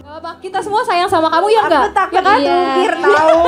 Apa kita semua sayang sama kamu ya enggak? Aku takut Ya kan? diukir tahu.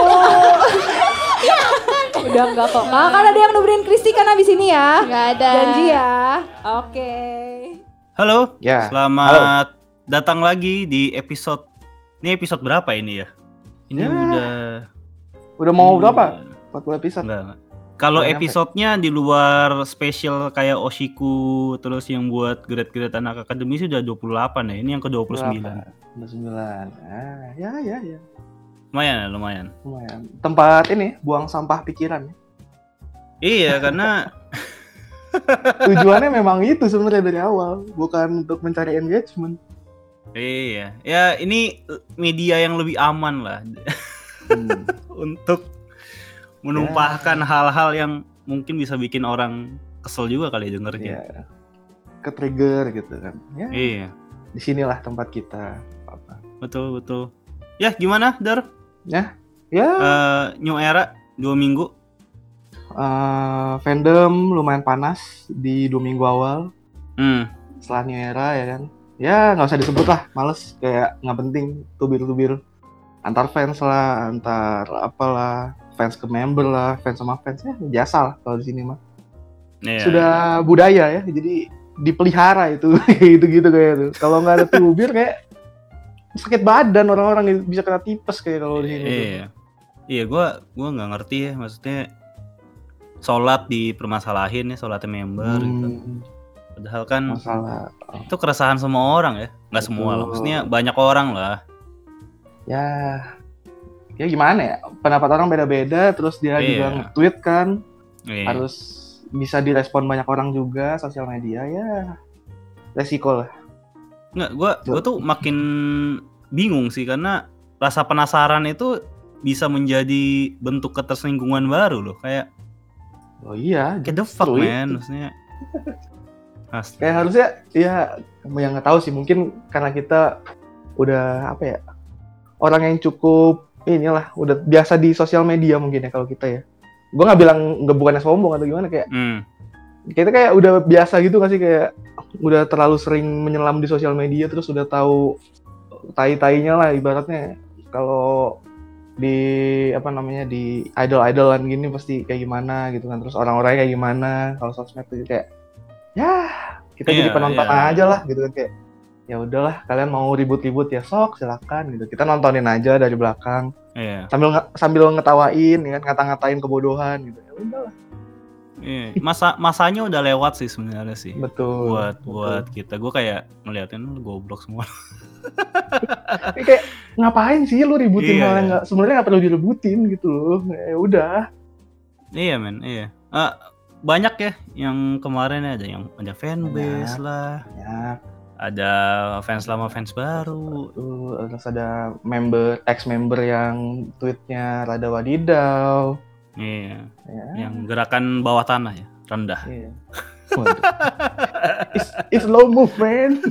Udah enggak kok. Kan ada yang nuberin Kristi kan abis ini ya. Nggak ada. Janji ya. Oke. Halo, Ya, selamat datang lagi di episode. Ini episode berapa ini ya? Ini Ya. udah mau berapa? 40 episode. Enggak. Kalau Nggak nyampe. episodenya di luar spesial kayak Oshiku, terus yang buat grade-grade anak akademi sudah 28 ya. Ini yang ke-29. 29. Ya. Lumayan. Lumayan. Tempat ini buang sampah pikiran. Iya, karena Tujuannya memang itu sebenarnya dari awal, bukan untuk mencari engagement. iya. Ya, ini media yang lebih aman lah untuk menumpahkan hal-hal yang mungkin bisa bikin orang kesel juga kali dengernya. Ya. Ke-trigger gitu kan. Ya. Iya, Disinilah tempat kita. Apa. betul. Ya, gimana, Dar? Ya. New Era 2 minggu. Fandom lumayan panas di 2 minggu awal setelah New Era ya kan. Ya nggak usah disebut lah, males, kayak nggak penting, tubir-tubir antar fans lah, antar apalah, fans ke member lah, fans sama fans ya biasa lah kalau di sini mah. Iya. Sudah budaya ya, jadi dipelihara itu gitu kayak itu. Kalau nggak ada tubir kayak sakit badan orang-orang, bisa kena tipes kayak kalau di sini. Iya, gua nggak ngerti ya, maksudnya sholat dipermasalahin ya, sholatnya member gitu. Padahal kan Masalah. itu keresahan semua orang ya, nggak semua lah, maksudnya banyak orang lah. Ya gimana ya, pendapat orang beda-beda, terus dia juga nge-tweet kan, Iya. harus bisa direspon banyak orang juga, sosial media ya resiko lah. Nggak, gua tuh makin bingung sih, karena rasa penasaran itu bisa menjadi bentuk ketersinggungan baru loh, kayak Oh iya, get the fuck justru man, itu. maksudnya. Kayak harusnya ya, yang nggak tahu sih, mungkin karena kita udah apa ya, orang yang cukup inilah, udah biasa di sosial media mungkin ya kalau kita ya. Gue nggak bilang, nggak, bukannya sombong atau gimana, kayak kita kayak udah biasa gitu nggak sih, kayak udah terlalu sering menyelam di sosial media, terus udah tahu tai-tainya lah ibaratnya. Kalau di apa namanya, di idol-idolan gini pasti kayak gimana gitu kan, terus orang-orangnya kayak gimana. Kalau sosmed tuh kayak ya kita jadi penonton aja lah gitu kan, kayak ya udahlah, kalian mau ribut-ribut ya sok silakan gitu, kita nontonin aja dari belakang. Iya. sambil ngetawain ya kan, ngata-ngatain kebodohan gitu, ya udahlah. Iya. Masanya udah lewat sih sebenarnya sih. Betul. Buat kita, gue kayak ngeliatin lu goblok semua. Kayak ngapain sih lu ributin Iya, hal yang iya. sebenarnya nggak perlu direbutin gitu loh. Ya udah. Iya men, iya. Banyak ya yang kemarin ada fanbase lah, Ya, ada fans lama fans baru. terus ada ex-member yang tweetnya rada wadidaw. Iya. Ya. Yang gerakan bawah tanah ya, rendah. Iya. Waduh. It's slow move, man.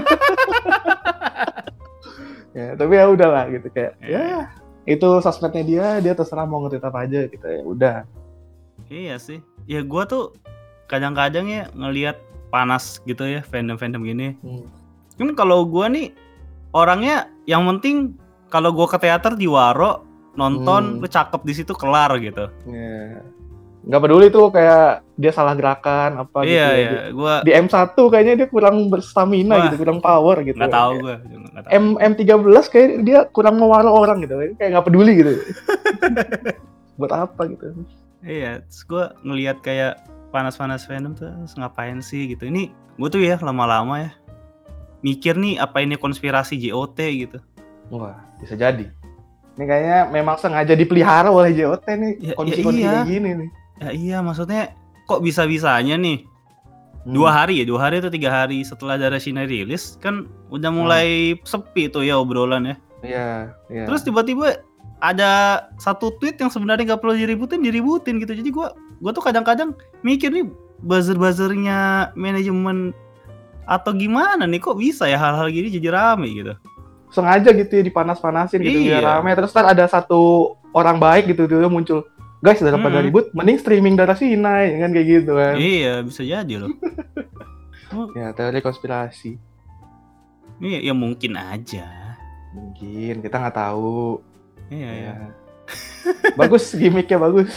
Ya, tapi ya udahlah gitu, kayak ya itu sosmednya dia terserah mau nge-tweet apa aja gitu, ya udah. Iya sih. Ya gua tuh kadang-kadang ya ngelihat panas gitu ya fandom-fandom gini. Kan kalau gua nih orangnya yang penting kalau gua ke teater di Waro nonton lu cakep di situ kelar gitu. Ya. Nggak peduli tuh kayak dia salah gerakan apa gitu. Iya, ya. iya. Gua Di M1 kayaknya dia kurang berstamina gitu, kurang power gitu. nggak tahu gua. Nggak tahu. M13 kayak dia kurang ngewaro orang gitu. Kayak nggak peduli gitu. Buat apa gitu. Iya, terus gue ngelihat kayak panas-panas fandom tuh ngapain sih gitu. Ini gue tuh ya lama-lama ya mikir nih, apa ini konspirasi JOT gitu. Wah, bisa jadi. Ini kayaknya memang sengaja dipelihara oleh JOT nih, Ya, kondisi-kondisi iya. kayak gini nih. Ya iya, maksudnya kok bisa-bisanya nih 2 hari atau 3 hari setelah Darashina rilis kan udah mulai sepi tuh ya obrolan ya. Iya. Terus tiba-tiba ada satu tweet yang sebenarnya nggak perlu diributin gitu. Jadi gue tuh kadang-kadang mikir nih buzzer-buzzernya manajemen atau gimana nih, kok bisa ya hal-hal gini jadi rame gitu. Sengaja gitu ya dipanas-panasin gitu biar Iya. rame. Terus ntar ada satu orang baik gitu dia muncul. Guys, daripada ribut, mending streaming Darashina ya kan, kayak gitu kan. Iya, bisa jadi loh. Ya, teori konspirasi. Iya, ya mungkin aja. Mungkin kita nggak tahu. Iya ya. Bagus, gimmicknya bagus.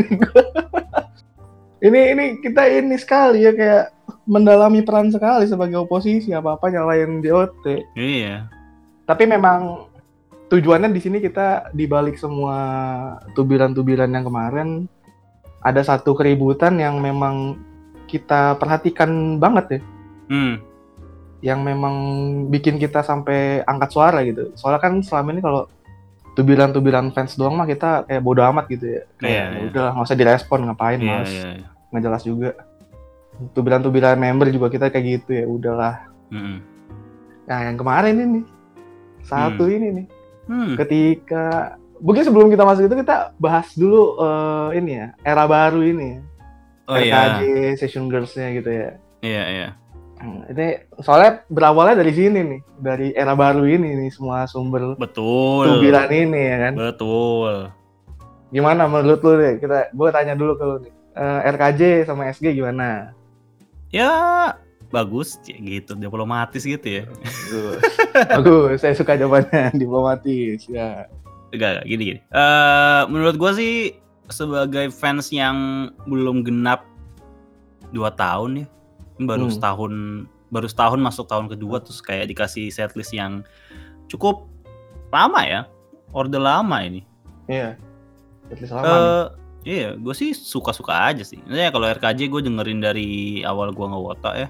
ini kita ini sekali ya, kayak mendalami peran sekali sebagai oposisi, apa-apa nyalain JOT. Iya. Tapi memang tujuannya di sini kita dibalik semua tubiran-tubiran yang kemarin ada satu keributan yang memang kita perhatikan banget ya. Yang memang bikin kita sampai angkat suara gitu. Soalnya kan selama ini kalau tubiran-tubiran fans doang mah kita kayak bodo amat gitu ya. Kayak udah nggak usah direspon, ngapain, males. Nggak jelas juga. Tubiran-tubiran member juga kita kayak gitu ya, udahlah. Nah yang kemarin ini satu ini nih. Ketika mungkin sebelum kita masuk itu kita bahas dulu ini ya, era baru ini. RKJ Session Girls-nya gitu ya. Iya. Ini soalnya berawalnya dari sini nih, dari era baru ini nih semua sumber tubiran ini ya kan. Betul. Gimana menurut lu deh? Gue tanya dulu ke lu nih. RKJ sama SG gimana? Ya bagus gitu, diplomatis gitu ya. Bagus, saya suka jawabannya, diplomatis ya. Enggak gini. Menurut gue sih sebagai fans yang belum genap 2 tahun ya, baru setahun masuk tahun kedua, terus kayak dikasih setlist yang cukup lama ya, orde lama ini. Iya, setlist lama nih. Iya, gue sih suka-suka aja sih. Maksudnya kalau RKJ gue dengerin dari awal gue ngewota ya.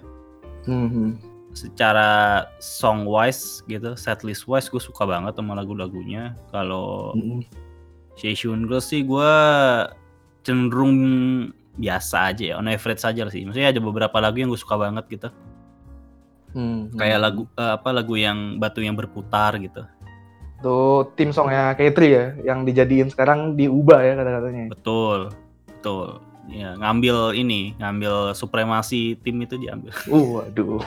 Secara song wise gitu, setlist wise gue suka banget sama lagu-lagunya. Kalau Session Girls sih gue cenderung biasa aja ya, on average saja sih. Maksudnya ada beberapa lagu yang gue suka banget gitu. Kayak lagu yang Batu yang Berputar gitu. Tuh tim songnya K3 ya, yang dijadiin sekarang diubah ya kata-katanya. Betul. Ya, ngambil supremasi tim itu diambil. Waduh.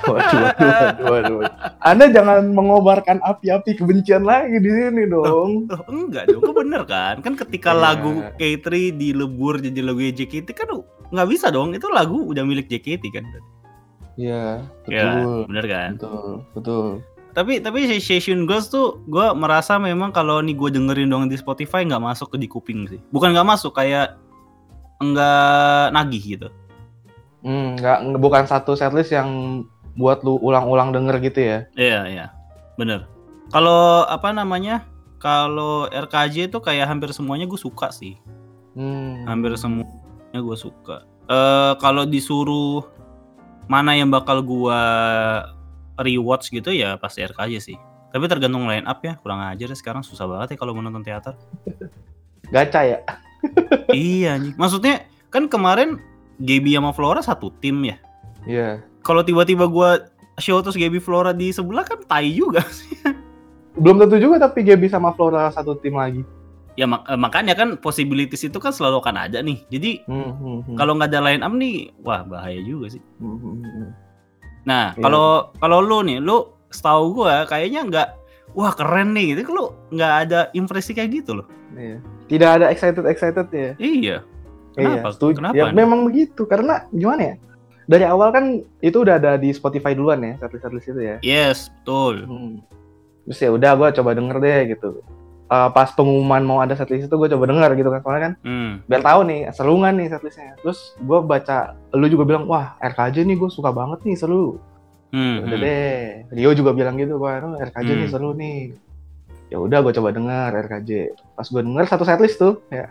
Anda jangan mengobarkan api-api kebencian lagi di sini dong. Enggak dong, itu bener kan? Kan ketika lagu K3 dilebur jadi lagu JKT kan nggak bisa dong, itu lagu udah milik JKT kan? Iya, betul. Ya, bener kan? Betul. Tapi Session Girls tuh gue merasa memang kalau nih gue dengerin dong di Spotify nggak masuk ke di kuping sih. Bukan nggak masuk, kayak nggak nagih gitu. Bukan satu setlist yang buat lu ulang-ulang denger gitu ya. Iya, bener. Kalau kalau RKJ itu kayak hampir semuanya gue suka sih. Hampir semuanya gue suka. Kalau disuruh mana yang bakal gue rewatch gitu ya pasti RKJ sih. Tapi tergantung line up ya, kurang ajar sekarang susah banget ya kalau mau nonton teater. Gacha ya? Iya nih. Maksudnya kan kemarin Gaby sama Flora satu tim ya. Iya. Kalau tiba-tiba gua show terus Gaby Flora di sebelah kan tai juga sih. Belum tentu juga tapi Gaby sama Flora satu tim lagi. Ya makanya kan possibilities itu kan selalu akan ada nih. Jadi kalau nggak ada line up nih, wah bahaya juga sih. Nah, kalau lu setahu gua kayaknya nggak, wah keren nih gitu, lu nggak ada impresi kayak gitu loh. Iya. Tidak ada excited ya. Iya. Kenapa? Kenapa? Ya memang begitu, karena gimana ya? Dari awal kan itu udah ada di Spotify duluan ya, setlist itu ya. Yes, betul. Terus ya udah gua coba denger deh gitu. Pas pengumuman mau ada setlist itu gue coba denger gitu kan, soalnya kan biar tahu nih seru nggak nih setlistnya. Terus gue baca, lu juga bilang wah RKJ nih gue suka banget nih, seru. Udah deh, Rio juga bilang gitu kan, RKJ nih seru nih. Ya udah gue coba denger RKJ. Pas gue denger satu setlist tuh ya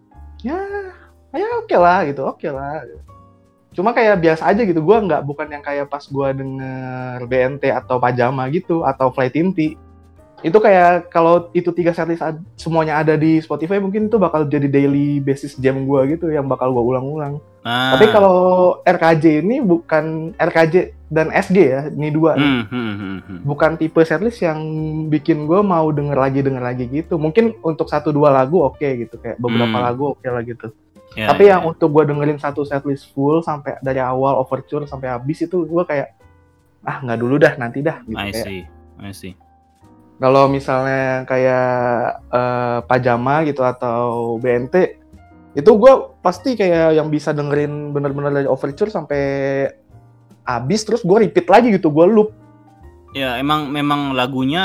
oke lah. Cuma kayak biasa aja gitu, gue bukan yang kayak pas gue denger BNT atau Pajama gitu atau Flight Inti. Itu kayak kalau itu 3 setlist semuanya ada di Spotify mungkin itu bakal jadi daily basis jam gue gitu yang bakal gue ulang-ulang. Tapi kalau RKJ ini bukan RKJ dan SG ya, ini dua nih. Bukan tipe setlist yang bikin gue mau denger lagi gitu. Mungkin untuk 1-2 lagu oke gitu, kayak beberapa lagu oke lah gitu. Tapi yang untuk gue dengerin satu setlist full sampai dari awal overture sampai habis itu gue kayak nggak dulu dah, nanti dah gitu. I see. Kalau misalnya kayak Pajama gitu atau BNT, itu gue pasti kayak yang bisa dengerin bener-bener dari overture sampai habis, terus gue repeat lagi gitu, gue loop. Ya memang lagunya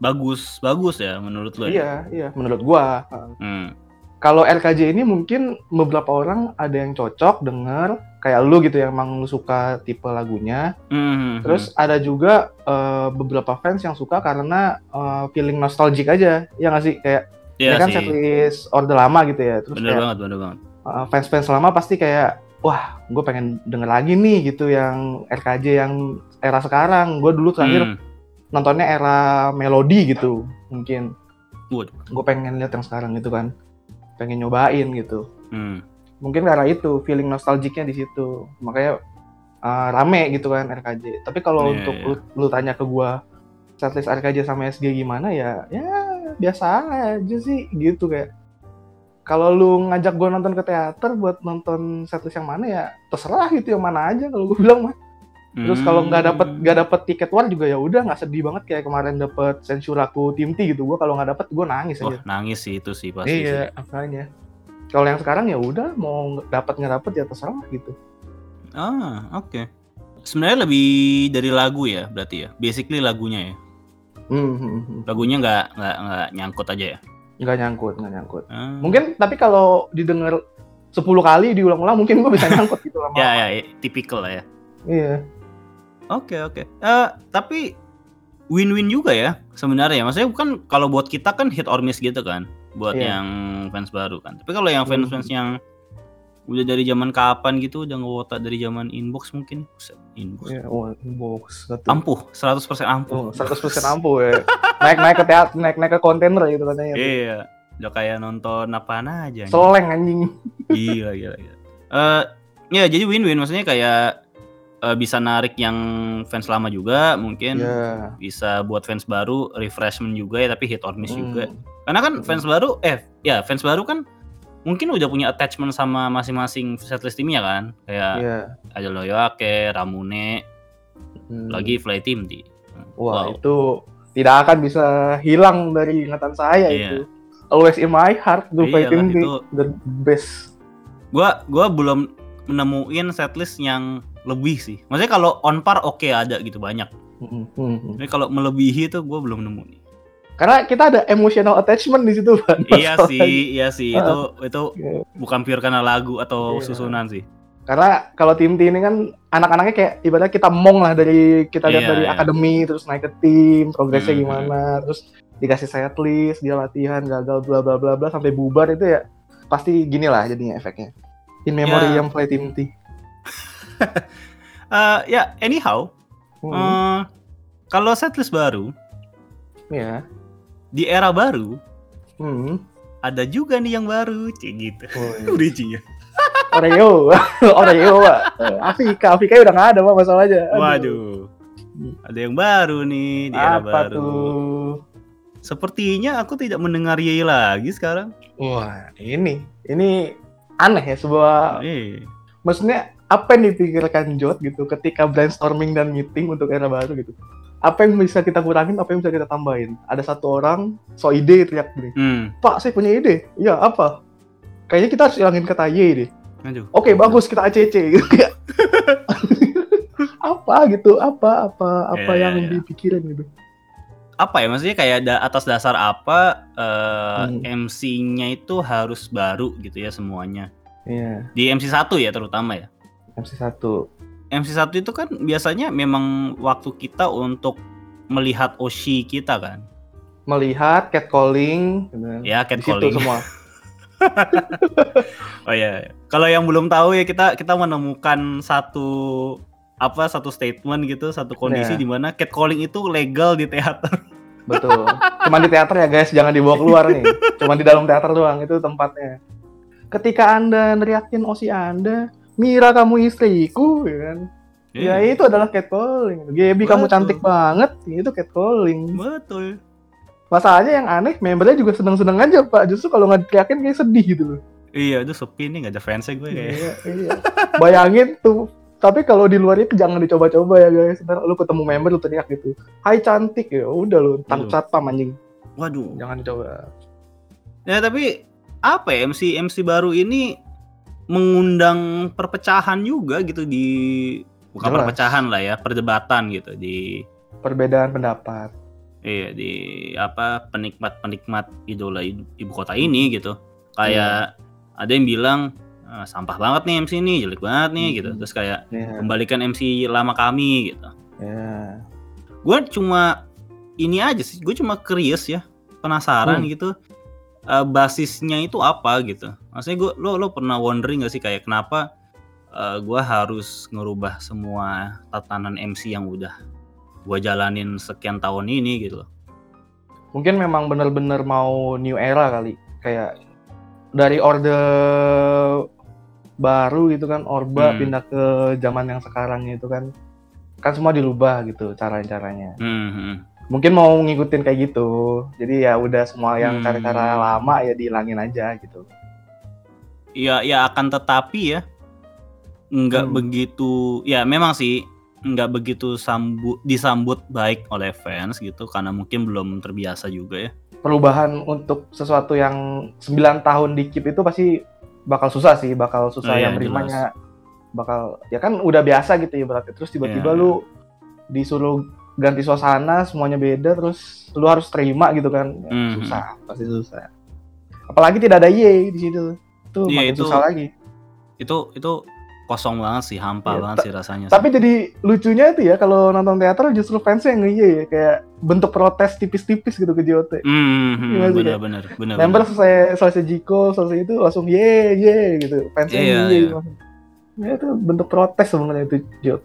bagus ya menurut lo ya? Iya, menurut gua. Hmm. Kalau RKJ ini mungkin beberapa orang ada yang cocok denger, kayak lu gitu yang emang lu suka tipe lagunya. Terus ada juga beberapa fans yang suka karena feeling nostalgic aja, ya nggak sih? Kayak Iya ini kan sih. setlist Orde Lama gitu ya. Terus Bener kayak banget. fans-fans lama pasti kayak, wah, gue pengen denger lagi nih gitu yang RKJ yang era sekarang. Gue dulu terakhir nontonnya era melodi gitu, mungkin. Gue pengen lihat yang sekarang gitu kan, pengen nyobain gitu. Mungkin karena itu feeling nostalgicnya di situ, makanya rame gitu kan RKJ. Tapi kalau untuk lu tanya ke gue setlist RKJ sama SG gimana ya biasa aja sih gitu. Kayak kalau lu ngajak gue nonton ke teater buat nonton setlist yang mana ya terserah gitu, yang mana aja kalau gue bilang mah. Terus kalau nggak dapet tiket war juga ya udah, nggak sedih banget kayak kemarin dapet Senshuraku Team T gitu. Gue kalau nggak dapet gue nangis aja. Nangis sih itu sih pasti. Iya, makanya. Kalau yang sekarang ya udah, mau dapet nggak dapet ya terserah gitu. Oke. Sebenarnya lebih dari lagu ya berarti ya. Basically lagunya ya. Lagunya nggak nyangkut aja ya. Nggak nyangkut. Mungkin tapi kalau didengar 10 kali diulang-ulang mungkin gue bisa nyangkut gitu lama. Ya, tipikal lah ya. Iya. Oke. Tapi win-win juga ya sebenarnya. Maksudnya kan kalau buat kita kan hit or miss gitu kan, buat yang fans baru kan. Tapi kalau yang fans yang udah dari zaman kapan gitu, udah ngewotak dari zaman inbox mungkin. Inbox. Iya, inbox. Ampuh, 100% ampuh. 100% ampuh ya. Naik ke teater, naik ke kontainer gitu katanya. Iya. Udah kayak nonton apaan aja. Seleng anjing. Gila. Ya jadi win-win, maksudnya kayak bisa narik yang fans lama juga mungkin, bisa buat fans baru refreshment juga ya, tapi hit or miss juga. Karena kan fans baru kan mungkin udah punya attachment sama masing-masing setlist timnya kan, kayak ada Loyoake, Ramune, lagi Fly Team D. Wah, itu tidak akan bisa hilang dari ingatan saya itu. Always in my heart, Fly Team D, the best. Gua belum menemuin setlist yang lebih sih. Maksudnya kalau on par oke, ada gitu banyak. Tapi kalau melebihi itu gue belum nemu nih. Karena kita ada emotional attachment di situ kan. Iya sih. Itu bukan pure karena lagu atau susunan sih. Karena kalau tim ini kan anak-anaknya kayak ibaratnya kita mong lah, dari kita lihat dari akademi terus naik ke tim, progresnya gimana, terus dikasih setlist, dia latihan gagal bla bla bla bla sampai bubar, itu ya pasti gini lah jadinya efeknya. In memory yang Fly Team T. Anyhow, kalau setlist baru, di era baru, ada juga nih yang baru, kayak gitu. Bridging ya. Oreo, Afrika udah nggak ada Pak masalahnya. Waduh, ada yang baru nih di era baru. Tuh? Sepertinya aku tidak mendengar Yei lagi sekarang. Wah, ini aneh ya, sebuah. Maksudnya apa yang dipikirkan Jot gitu ketika brainstorming dan meeting untuk era baru gitu? Apa yang bisa kita kurangin, apa yang bisa kita tambahin? Ada satu orang so ide teriak nih, Pak saya punya ide. Iya apa? Kayaknya kita harus hilangin kata Y deh. Oke, bagus, kita ACC gitu. Apa gitu? Apa yang dipikirin gitu? Apa ya, maksudnya kayak atas dasar apa MC-nya itu harus baru gitu ya semuanya. Di MC1 ya terutama ya. MC1 itu kan biasanya memang waktu kita untuk melihat Oshi kita kan. Melihat catcalling. Ya, catcalling semua. Oh ya. Kalau yang belum tahu ya, kita menemukan satu statement gitu, satu kondisi di mana catcalling itu legal di teater. Betul. Cuma di teater ya guys, jangan dibawa keluar nih. Cuma di dalam teater doang itu tempatnya. Ketika Anda neriakin Oshi Anda, Mira kamu istriku, ya kan? Ya itu adalah catcalling. Gaby kamu cantik banget, itu catcalling. Betul. Masalahnya yang aneh, membernya juga seneng-seneng aja Pak. Justru kalau nggak teriakin kayak sedih gitu loh. Iya, itu sepi nih, nggak ada fansnya gue kayak. Iya. Bayangin tuh. Tapi kalau di luar itu jangan dicoba-coba ya guys. Ntar lu ketemu member lu teriak gitu, hai cantik, ya udah lu tangkap satpam anjing. Waduh. Jangan dicoba. Ya tapi apa ya, MC baru ini mengundang perpecahan juga gitu bukan perpecahan lah ya, perdebatan gitu di perbedaan pendapat. Iya, di apa penikmat idola ibu kota ini gitu. Kayak ada yang bilang sampah banget nih MC ini, jelek banget nih gitu. Terus kayak kembalikan MC lama kami gitu. Gue cuma ini aja sih, gue cuma curious ya, penasaran gitu. Basisnya itu apa gitu. Maksudnya lo pernah wondering gak sih kayak kenapa gue harus ngerubah semua tatanan MC yang udah gue jalanin sekian tahun ini gitu. Mungkin memang benar-benar mau new era kali, kayak dari orde baru gitu kan, Orba pindah ke zaman yang sekarang itu kan semua dirubah gitu caranya. Mungkin mau ngikutin kayak gitu, jadi ya udah semua yang cara-cara lama ya dihilangin aja gitu. Ya akan tetapi ya nggak begitu, ya memang sih nggak begitu disambut baik oleh fans gitu karena mungkin belum terbiasa juga ya. Perubahan untuk sesuatu yang 9 tahun di keep itu pasti bakal susah yang menerimanya. Bakal ya kan udah biasa gitu ya berarti, terus tiba-tiba lu disuruh ganti suasana, semuanya beda, terus lu harus terima gitu kan. Pasti susah. Apalagi tidak ada Ye di situ. Tuh makin susah lagi. Itu kosong banget sih, hampa banget sih rasanya. Tapi jadi lucunya itu ya kalau nonton teater justru fansnya yang nge-ye ya, kayak bentuk protes tipis-tipis gitu ke JOT. Bener. Member selesai Jiko, selesai itu langsung ye gitu, fansnya ye. Ya itu bentuk protes sebenarnya itu JOT.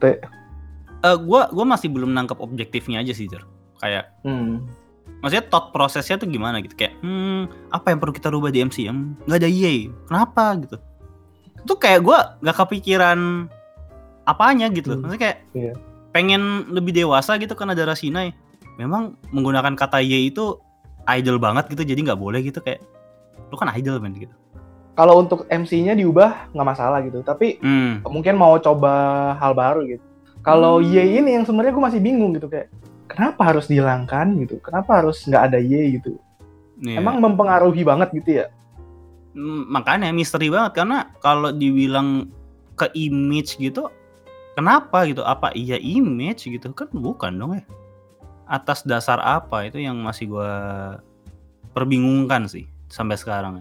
Gua masih belum nangkep objektifnya aja sih, Jer. Kayak maksudnya thought prosesnya tuh gimana gitu, kayak apa yang perlu kita rubah di MC yang nggak ada ye, kenapa gitu. Itu kayak gue gak kepikiran apanya gitu. Maksudnya kayak pengen lebih dewasa gitu kan, ada Rasinai memang menggunakan kata ye itu idol banget gitu, jadi gak boleh gitu, kayak lu kan idol man gitu. Kalau untuk MC-nya diubah gak masalah gitu, tapi mungkin mau coba hal baru gitu. Kalau ye ini yang sebenarnya gue masih bingung gitu, kayak kenapa harus dihilangkan gitu, kenapa harus gak ada ye gitu. Emang mempengaruhi banget gitu ya? Makanya misteri banget, karena kalau dibilang ke image gitu, kenapa gitu? Apa iya image gitu? Kan bukan dong ya. Atas dasar apa? Itu yang masih gue perbingungkan sih sampai sekarang.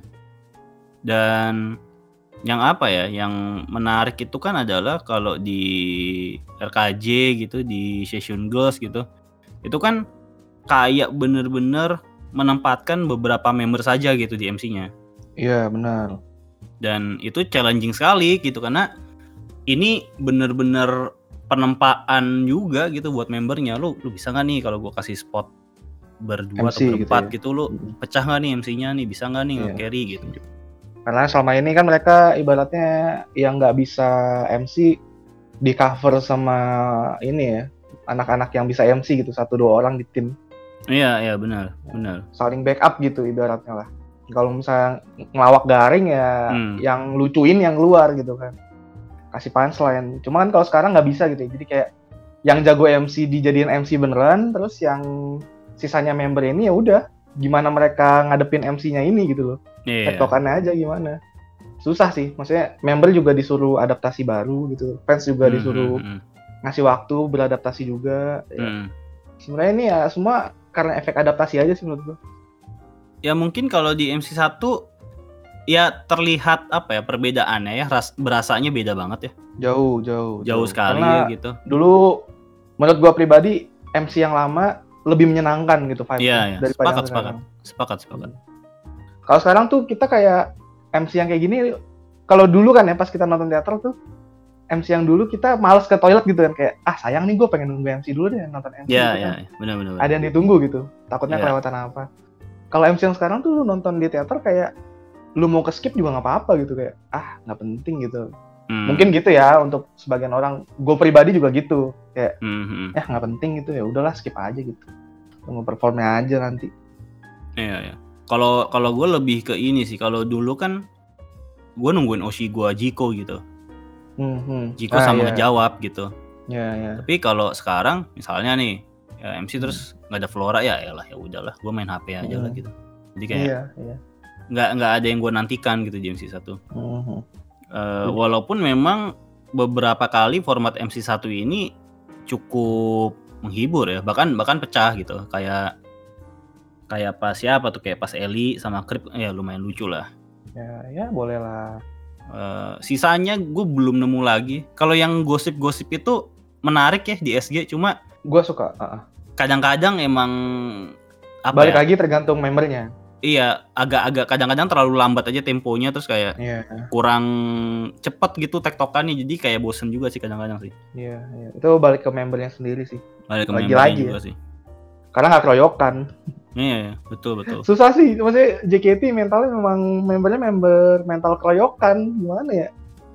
Dan yang apa ya, yang menarik itu kan adalah kalau di RKJ gitu, di Session Girls gitu, itu kan kayak bener-bener menempatkan beberapa member saja gitu di MC-nya. Iya benar. Dan itu challenging sekali gitu, karena ini bener-bener penempaan juga gitu buat membernya. Lu bisa nggak nih kalau gue kasih spot berdua MC atau berempat gitu, lu pecah nggak nih MC-nya nih, bisa nggak nih nge-carry gitu. Karena selama ini kan mereka ibaratnya yang nggak bisa MC di cover sama ini ya, anak-anak yang bisa MC gitu, 1-2 orang di tim. Iya benar. Saling backup gitu ibaratnya lah. Kalau misalnya ngelawak garing ya yang lucuin yang luar gitu kan, kasih punchline. Cuma kan kalau sekarang nggak bisa gitu ya. Jadi kayak yang jago MC dijadiin MC beneran, terus yang sisanya member ini ya udah gimana mereka ngadepin MC-nya ini gitu loh. Tektokannya aja gimana. Susah sih, maksudnya member juga disuruh adaptasi baru gitu, fans juga disuruh ngasih waktu beradaptasi juga. Sebenarnya ini ya semua karena efek adaptasi aja sih menurut gue. Ya mungkin kalau di MC1 ya terlihat apa ya perbedaannya ya, berasanya beda banget ya. Jauh sekali ya gitu. Dulu menurut gua pribadi MC yang lama lebih menyenangkan gitu vibe-nya daripada sepakat. Kalau sekarang tuh kita kayak MC yang kayak gini, kalau dulu kan ya pas kita nonton teater tuh MC yang dulu kita males ke toilet gitu kan, kayak sayang nih gue pengen nunggu MC dulu deh nonton MC. Iya, benar. Ada yang ditunggu gitu, takutnya kelewatan apa. Kalau MC yang sekarang tuh lu nonton di teater kayak lu mau ke skip juga nggak apa-apa gitu, kayak nggak penting gitu. Mungkin gitu ya untuk sebagian orang. Gue pribadi juga gitu, kayak nggak penting gitu, ya udahlah skip aja gitu. Tunggu performnya aja nanti. Iya. Kalau gue lebih ke ini sih. Kalau dulu kan gue nungguin Oshi gue Jiko gitu. Jiko sama ngejawab gitu. Iya. Tapi kalau sekarang misalnya nih ya MC terus nggak ada Flora, ya udahlah, gue main HP aja lah gitu. Jadi kayak nggak ada yang gue nantikan gitu di MC1. Walaupun memang beberapa kali format MC1 ini cukup menghibur ya, bahkan pecah gitu. Kayak Kayak pas siapa tuh, kayak pas Eli sama Krip ya lumayan lucu lah. Ya boleh lah. Sisanya gue belum nemu lagi. Kalau yang gosip-gosip itu menarik ya di SG, cuma Gue suka. kadang-kadang emang apa Balik ya? lagi tergantung membernya. Iya, agak-agak kadang-kadang terlalu lambat aja temponya, terus kayak Iya. kurang cepet gitu tektokannya, jadi kayak bosen juga sih kadang-kadang sih. Iya. Itu balik ke membernya sendiri sih. Balik ke Lagi-lagi membernya ya. juga sih. Karena nggak keroyokan. Iya, betul. Susah sih, maksudnya JKT mentalnya memang membernya member mental keroyokan, gimana ya?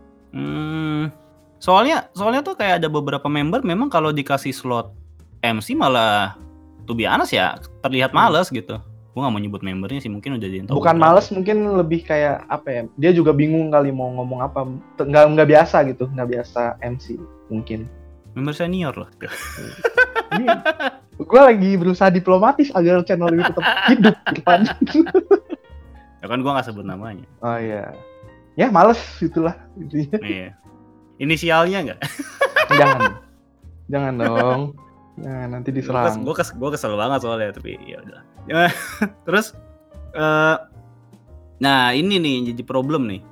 Soalnya tuh kayak ada beberapa member memang kalau dikasih slot MC malah to be honest ya terlihat males gitu. Gue gak mau nyebut membernya sih, mungkin udah diintahu. Bukan males, mungkin lebih kayak apa ya? Dia juga bingung kali mau ngomong apa, nggak biasa gitu, nggak biasa MC mungkin. Member senior loh. Ini gue lagi berusaha diplomatis agar channel ini tetap hidup ke depan. Ya kan gue gak sebut namanya. Oh iya. Ya males itulah intinya. Iya. Inisialnya nggak? Jangan dong. Jangan nanti diserang. Gue kesel banget soalnya, tapi ya udah. Terus nah ini nih yang jadi problem nih.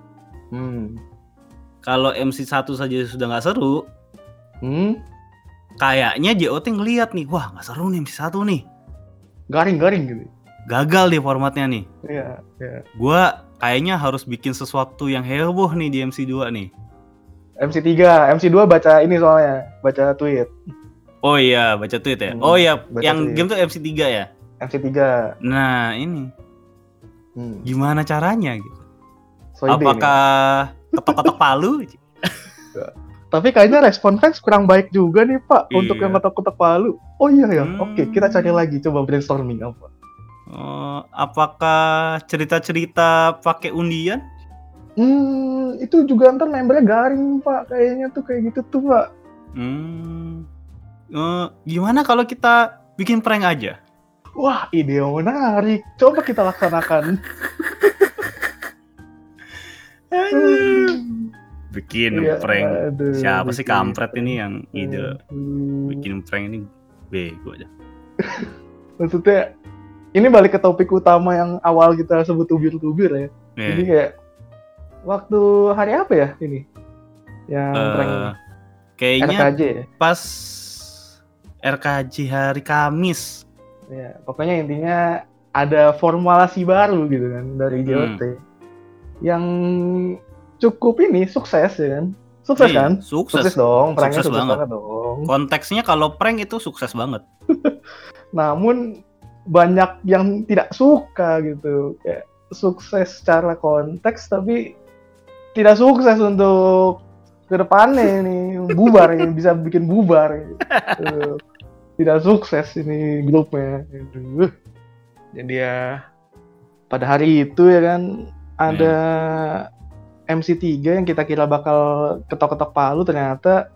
Kalau MC 1 saja sudah nggak seru, kayaknya JOT ngeliat nih, wah nggak seru nih MC 1 nih. Garing gitu. Gagal deh formatnya nih. Iya. Gua kayaknya harus bikin sesuatu yang heboh nih di MC 2 nih. MC 3, MC 2 baca ini soalnya, baca tweet. Oh iya, baca tweet ya. Oh iya, yang tweet. game tuh MC 3 ya. MC 3. Nah, ini. Gimana caranya gitu? Apakah ketok-ketok palu? Tapi kayaknya respon fans kurang baik juga nih Pak untuk yang ketok-ketok palu. Oh iya ya, oke kita cari lagi, coba brainstorming apa. Apakah cerita-cerita pakai undian? Itu juga ntar membernya garing Pak, kayaknya tuh kayak gitu tuh Pak. Gimana kalau kita bikin prank aja? Wah, ide yang menarik. Coba kita laksanakan. Bikin prank. Siapa sih kampret ini yang ide bikin prank ini bego aja. Maksudnya ini balik ke topik utama yang awal kita sebut tubir-tubir ya. Jadi kayak waktu hari apa ya ini? Yang prank kayaknya RKJ ya? Pas RKJ hari Kamis. Ya, pokoknya intinya ada formulasi baru gitu kan dari JOT. Yang cukup ini sukses ya kan? Sukses kan? Sukses dong, pranknya sukses banget dong. Konteksnya kalau prank itu sukses banget. Namun banyak yang tidak suka gitu, kayak sukses secara konteks tapi tidak sukses untuk kedepannya ini bubar ini bisa bikin bubar gitu. Tidak sukses ini grupnya. Jadi ya pada hari itu ya kan ada MC 3 yang kita kira bakal ketok-ketok palu, ternyata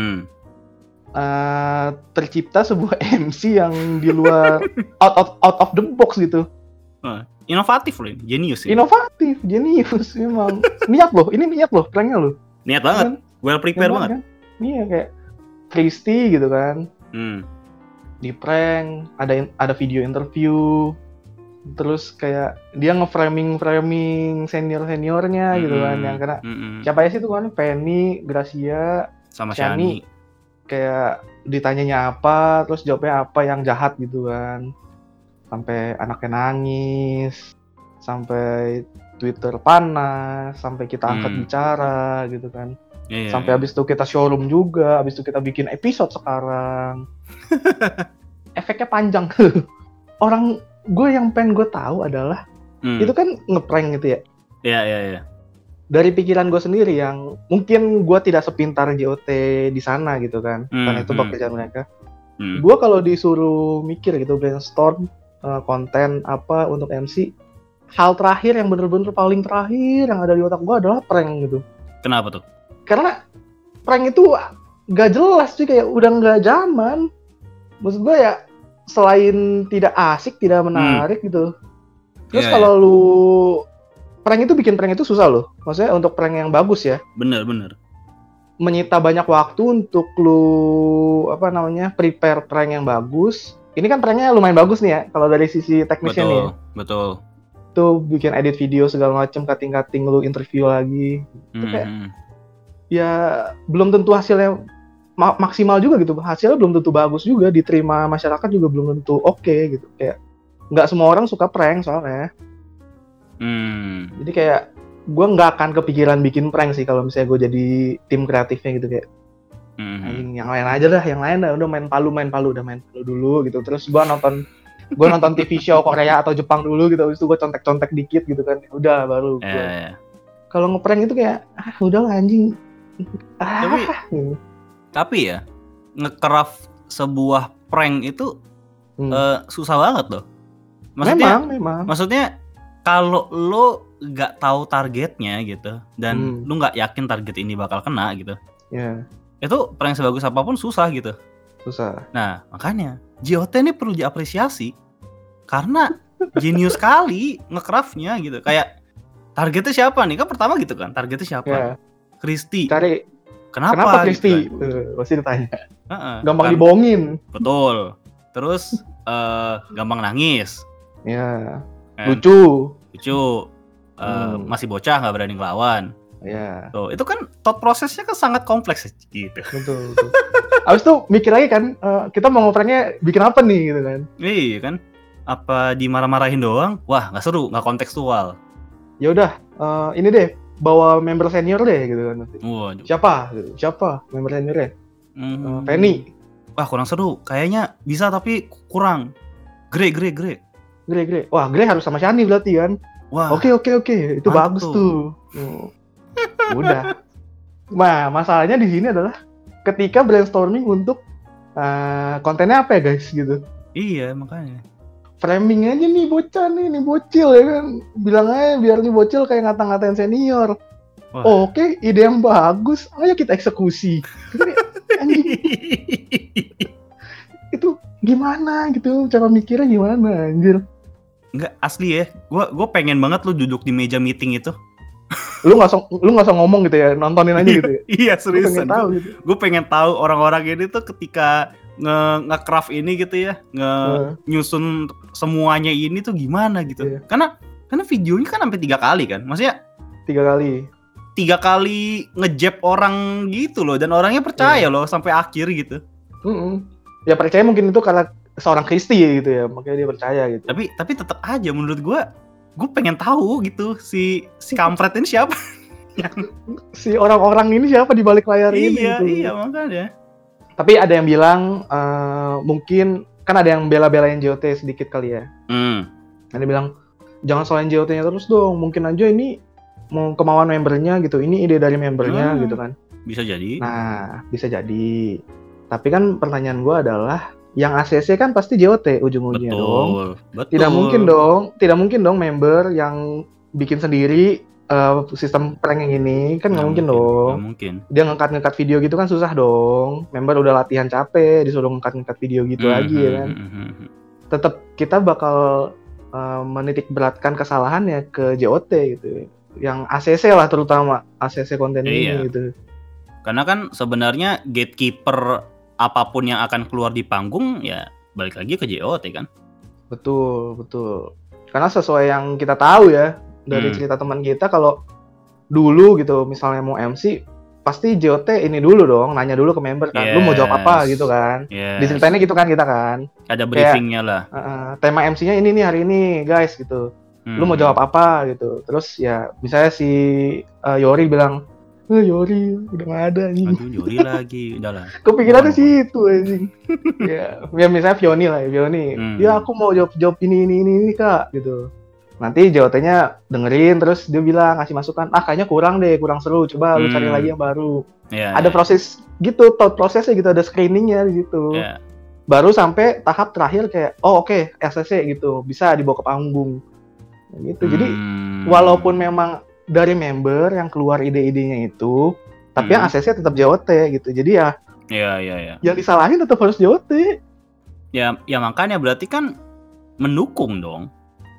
tercipta sebuah MC yang di luar out of the box gitu. Inovatif loh, jenius ya. Inovatif, jenius memang. Niat loh, ini niat loh, pranknya loh. Niat banget, kan? Well prepared banget. Kan? Iya kayak Christy gitu kan. Di prank, ada video interview, terus kayak dia nge-framing seniornya gitu kan, yang kena siapa ya sih itu kan, Penny, Gracia, sama Shani. Kayak ditanyanya apa, terus jawabnya apa yang jahat gitu kan, sampai anaknya nangis, sampai Twitter panas, sampai kita angkat bicara gitu kan. Sampai habis itu kita showroom juga, habis itu kita bikin episode sekarang. Efeknya panjang. Orang gue yang pengen gue tahu adalah itu kan ngeprank gitu ya. Iya. Dari pikiran gue sendiri yang mungkin gue tidak sepintar JOT di sana gitu kan, karena itu pekerjaan mereka. Gue kalau disuruh mikir gitu, brainstorm konten apa untuk MC, hal terakhir yang bener-bener paling terakhir yang ada di otak gue adalah prank gitu. Kenapa tuh? Karena prank itu gak jelas sih, kayak udah gak zaman. Maksud gue ya, selain tidak asik, tidak menarik gitu. Terus kalau lu prank itu, bikin prank itu susah loh. Maksudnya untuk prank yang bagus ya. Bener. Menyita banyak waktu untuk lu prepare prank yang bagus. ini kan pranknya lumayan bagus nih ya kalau dari sisi teknisnya nih. Betul. Tuh bikin edit video segala macem, cutting lu interview lagi. Itu kayak ya belum tentu hasilnya maksimal juga gitu. Hasilnya belum tentu bagus juga, diterima masyarakat juga belum tentu oke gitu. Kayak nggak semua orang suka prank soalnya. Jadi kayak gue nggak akan kepikiran bikin prank sih kalau misalnya gue jadi tim kreatifnya gitu kayak. Yang lain aja dah, udah main palu dulu gitu. Terus gue nonton TV show Korea atau Jepang dulu gitu, habis itu gue contek-contek dikit gitu kan. Udah baru gue. Kalau ngeprank itu kayak udahlah anjing. Tapi ya nge-craft sebuah prank itu susah banget loh. Memang. Maksudnya kalau lo nggak tahu targetnya gitu dan lo nggak yakin target ini bakal kena gitu. Itu prank sebagus apapun susah gitu. Susah. Nah, makanya JOT ini perlu diapresiasi karena jenius sekali nge-craftnya gitu. Kayak targetnya siapa nih? Kan pertama gitu kan, targetnya siapa? Kristi. Cari kenapa Kristi? Gitu kan? Pasti ditanya. Gampang dibohongin. Betul. Terus gampang nangis. Ya. Lucu. Masih bocah, nggak berani ngelawan. Ya. Tuh, itu kan thought prosesnya kan sangat kompleks gitu. Betul. Abis itu mikir lagi kan, kita mau ngoprengnya bikin apa nih gitu kan? Iya kan, apa dimarah-marahin doang? Wah nggak seru, nggak kontekstual. Ya udah, ini deh bawa member senior deh gitu kan. Siapa member seniornya? Penny. Wah kurang seru, kayaknya bisa tapi kurang. Gre. Wah Gre harus sama Shani berarti kan? Wah. Oke, itu bagus tuh. Udah. Nah, masalahnya di sini adalah ketika brainstorming untuk kontennya apa ya guys gitu. Iya, makanya. Framing aja nih bocah nih bocil ya kan. Bilang aja biar nih bocil kayak ngata-ngatain senior. Oke, ide yang bagus. Ayo kita eksekusi. Anjing. Itu gimana gitu, cara mikirnya gimana anjir. Enggak, asli ya. Gue pengen banget lu duduk di meja meeting itu. Lu nggak usah ngomong gitu ya, nontonin aja gitu ya. Iya seriusan. Gue pengen tahu orang-orang ini tuh ketika nge-craft ini gitu ya, nyusun semuanya ini tuh gimana gitu. Karena videonya kan sampai 3 kali kan, maksudnya 3 kali ngejab orang gitu loh, dan orangnya percaya loh sampai akhir gitu. Ya percaya mungkin itu karena seorang Kristi gitu ya, makanya dia percaya gitu. Tapi tetap aja menurut gue pengen tahu gitu si kampret ini siapa. Si orang-orang ini siapa di balik layar ini gitu. Iya makanya. Tapi ada yang bilang mungkin kan ada yang bela-belain JOT sedikit kali ya. Ada yang bilang jangan solain JOT-nya terus dong, mungkin aja ini mau kemauan membernya gitu, ini ide dari membernya gitu kan. Bisa jadi. Nah, bisa jadi. Tapi kan pertanyaan gue adalah yang ACC kan pasti JOT ujung-ujungnya dong. Betul. Tidak mungkin dong member yang bikin sendiri sistem prank yang ini kan nggak mungkin dong. Nggak mungkin. Dia ngangkat video gitu kan susah dong. Member udah latihan capek, disuruh ngangkat video gitu lagi ya kan. Tetap kita bakal menitik beratkan kesalahannya ke JOT gitu. Yang ACC lah terutama ACC konten ini gitu. Karena kan sebenarnya gatekeeper apapun yang akan keluar di panggung ya balik lagi ke JOT kan. Betul. Karena sesuai yang kita tahu ya dari cerita teman kita, kalau dulu gitu misalnya mau MC pasti JOT ini dulu dong, nanya dulu ke member kan, lu mau jawab apa gitu kan. Diceritainnya gitu kan kita kan. Ada briefingnya lah. Tema MC-nya ini nih hari ini guys gitu. Lu mau jawab apa gitu. Terus ya misalnya si Yori bilang, Yori udah gak ada nih. Aduh Yori lagi, udahlah. Kepikirannya sih itu anjing. Ya misalnya Vioni. Ya aku mau jawab ini kak gitu. Nanti JOT-nya dengerin terus dia bilang ngasih masukan, kayaknya kurang seru, coba lu cari lagi yang baru. Ada proses gitu, thought prosesnya gitu, ada screeningnya di situ. Baru sampai tahap terakhir kayak oke, SCC gitu, bisa dibawa ke panggung. Gitu. Jadi walaupun memang dari member yang keluar ide-idenya itu, tapi yang ACC tetap JOT gitu. Jadi ya. Yang disalahin tetap harus JOT. Ya makanya berarti kan mendukung dong.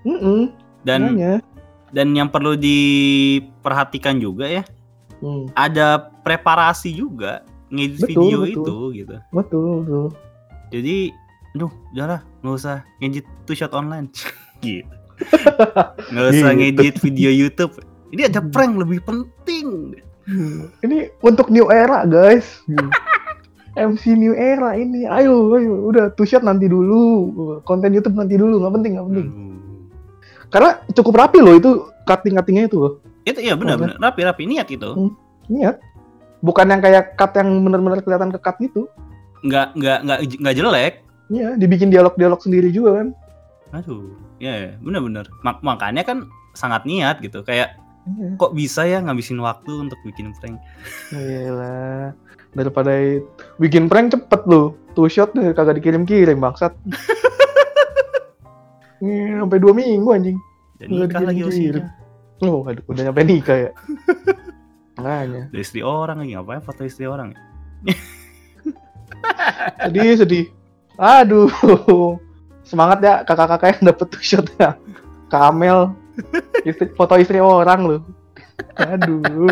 Dan yang perlu diperhatikan juga ya, ada preparasi juga ngedit video itu gitu. Betul. Jadi aduh udahlah nggak usah ngedit two shot online gitu, nggak usah Gitu. ngedit video YouTube, ini ada prank lebih penting. Ini untuk new era guys. MC new era ini, ayo udah two shot nanti dulu, konten YouTube nanti dulu, nggak penting. Karena cukup rapi loh itu cuttingnya itu loh. Itu iya benar rapi niat itu. Niat. Bukan yang kayak cut yang benar-benar kelihatan ke cut gitu. Nggak jelek. Iya, dibikin dialog sendiri juga kan. Aduh, ya benar. Makanya kan sangat niat gitu. Kayak kok bisa ya ngabisin waktu untuk bikin prank. Iyalah. Daripada bikin prank cepet loh. Two shot nih kagak dikirim-kirim bangsat. Sampai 2 minggu anjing. Dan nikah lagi usianya. Oh, aduh, udah nyampe nikah ya. Makanya. Dari istri orang lagi, ngapain foto istri orang? Sedih. Aduh. Semangat ya kakak-kakak yang dapet two shot ya. Kamel. Foto istri orang loh. Aduh.